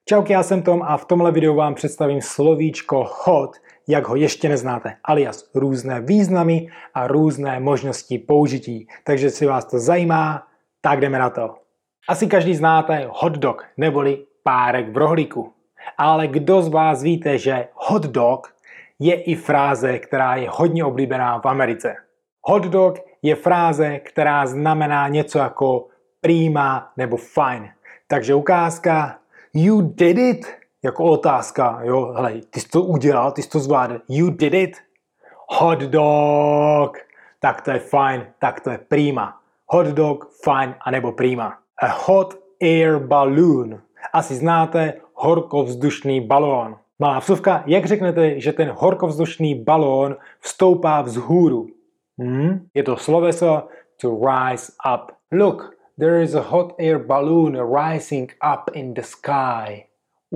Čauky, já jsem Tom a v tomhle videu vám představím slovíčko hot, jak ho ještě neznáte, alias různé významy a různé možnosti použití. Takže jestli vás to zajímá, tak jdeme na to. Asi každý znáte hot dog, neboli párek v rohlíku. Ale kdo z vás víte, že hot dog je i fráze, která je hodně oblíbená v Americe. Hot dog je fráze, která znamená něco jako prima nebo fajn. Takže ukázka you did it, jako otázka, jo, hele, ty jsi to udělal, ty jsi to zvládl, you did it, hot dog, tak to je fajn, tak to je prima. Hot dog, fajn, anebo prima. A hot air balloon, asi znáte horkovzdušný balón. Malá vsuvka, jak řeknete, že ten horkovzdušný balón vstoupá vzhůru? Je to sloveso to rise up. Look, there is a hot air balloon rising up in the sky.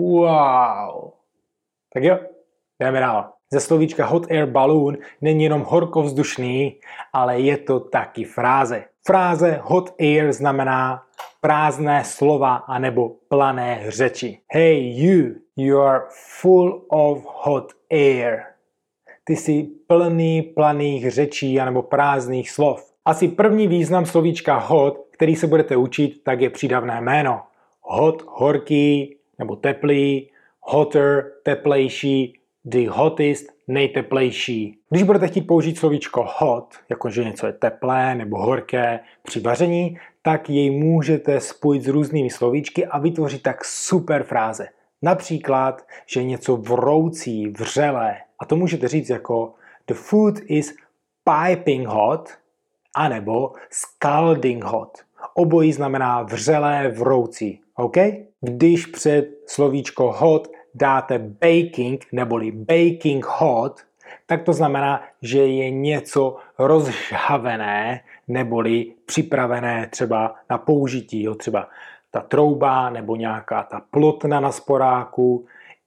Wow. Tak jo, jdeme dál. Ze slovíčka hot air balloon není jenom horkovzdušný, ale je to taky fráze. Fráze hot air znamená prázdné slova anebo plané řeči. Hey you are full of hot air. Ty jsi plný planých řečí anebo prázdných slov. Asi první význam slovíčka hot, který se budete učit, tak je přídavné jméno. Hot, horký nebo teplý, hotter, teplejší, the hottest, nejteplejší. Když budete chtít použít slovíčko hot, jakože něco je teplé nebo horké při vaření, tak jej můžete spojit s různými slovíčky a vytvořit tak super fráze. Například, že něco vroucí, vřelé. A to můžete říct jako the food is piping hot, anebo scalding hot. Obojí znamená vřelé, vroucí. OK? Když před slovíčko hot dáte baking, neboli baking hot, tak to znamená, že je něco rozžhavené, neboli připravené třeba na použití. Jo? Třeba ta trouba nebo nějaká ta plotna na sporáku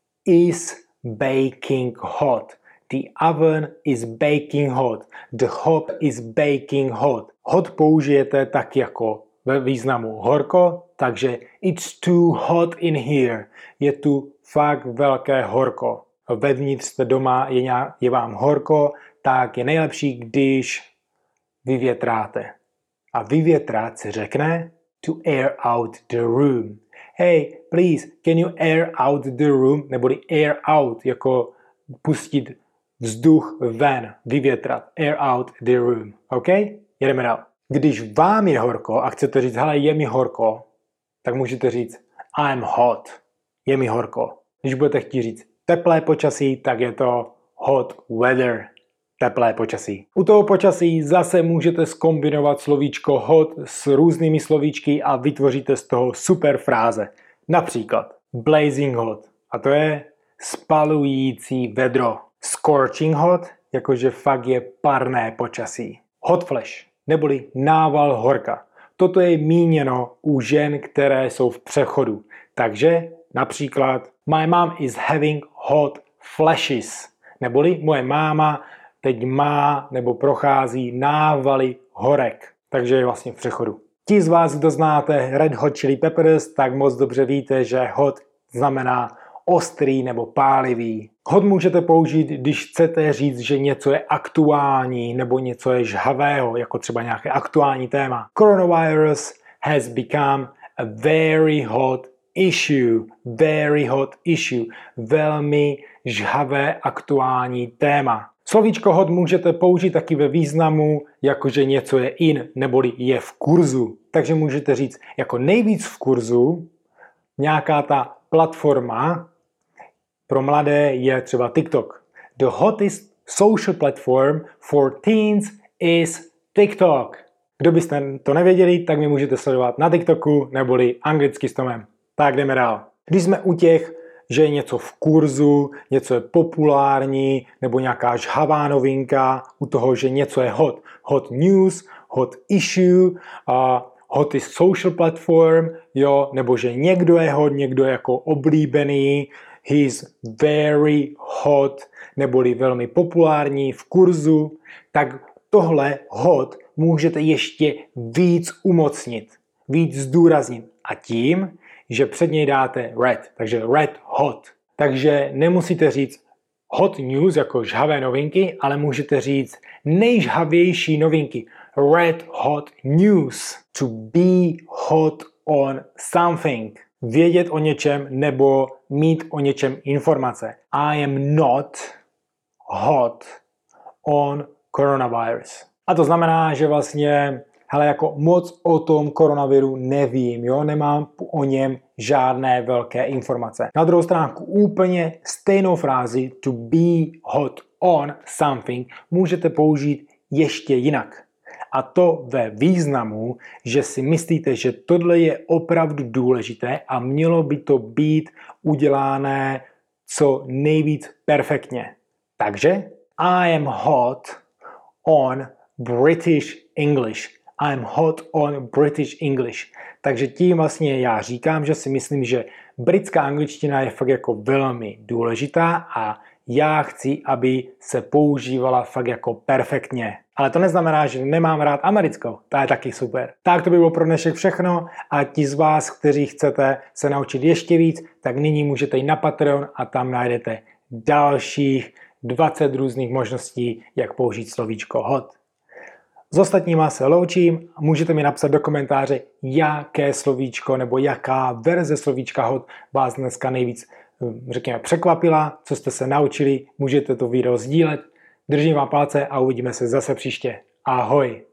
is baking hot. The oven is baking hot. The hob is baking hot. Hot použijete tak jako ve významu horko, takže it's too hot in here. Je tu fakt velké horko. Vevnitř jste doma, je vám horko, tak je nejlepší, když vyvětráte. A vyvětrat se řekne to air out the room. Hey, please, can you air out the room? Neboli air out, jako pustit vzduch ven, vyvětrat. Air out the room. OK? Jedeme dál. Když vám je horko a chcete říct, hele, je mi horko, tak můžete říct I'm hot. Je mi horko. Když budete chtít říct teplé počasí, tak je to hot weather. Teplé počasí. U toho počasí zase můžete zkombinovat slovíčko hot s různými slovíčky a vytvoříte z toho super fráze. Například blazing hot, a to je spalující vedro. Scorching hot, jakože fakt je parné počasí. Hot flash, neboli nával horka. Toto je míněno u žen, které jsou v přechodu. Takže například my mom is having hot flashes, neboli moje máma teď má nebo prochází návaly horek, takže je vlastně v přechodu. Ti z vás, kdo znáte Red Hot Chili Peppers, tak moc dobře víte, že hot znamená ostrý nebo pálivý. Hot můžete použít, když chcete říct, že něco je aktuální nebo něco je žhavého, jako třeba nějaké aktuální téma. Coronavirus has become a very hot issue. Very hot issue. Velmi žhavé aktuální téma. Slovíčko hot můžete použít taky ve významu, jakože něco je in, neboli je v kurzu. Takže můžete říct, jako nejvíc v kurzu nějaká ta platforma pro mladé je třeba TikTok. The hottest social platform for teens is TikTok. Kdo byste to nevěděli, tak mě můžete sledovat na TikToku neboli anglicky s Tomem. Tak jdeme dál. Když jsme u těch, že je něco v kurzu, něco je populární, nebo nějaká žhavá novinka, u toho, že něco je hot. Hot news, hot issue, hot is social platform, jo, nebo že někdo je hot, někdo je jako oblíbený, he's very hot, neboli velmi populární v kurzu, tak tohle hot můžete ještě víc umocnit, víc zdůraznit. A tím že před něj dáte red, takže red hot. Takže nemusíte říct hot news jako žhavé novinky, ale můžete říct nejžhavější novinky. Red hot news. To be hot on something. Vědět o něčem nebo mít o něčem informace. I am not hot on coronavirus. A to znamená, že vlastně jako moc o tom koronaviru nevím, jo? Nemám o něm žádné velké informace. Na druhou stránku úplně stejnou frázi to be hot on something můžete použít ještě jinak. A to ve významu, že si myslíte, že tohle je opravdu důležité a mělo by to být udělané co nejvíc perfektně. Takže I am hot on British English. I am hot on British English. Takže tím vlastně já říkám, že si myslím, že britská angličtina je fakt jako velmi důležitá a já chci, aby se používala fakt jako perfektně. Ale to neznamená, že nemám rád americkou. To je taky super. Tak to by bylo pro dnešek všechno a ti z vás, kteří chcete se naučit ještě víc, tak nyní můžete jít na Patreon a tam najdete dalších 20 různých možností, jak použít slovíčko hot. S ostatníma se loučím a můžete mi napsat do komentáře, jaké slovíčko nebo jaká verze slovíčka hot vás dneska nejvíc, řekněme, překvapila, co jste se naučili, můžete to video sdílet. Držím vám palce a uvidíme se zase příště. Ahoj!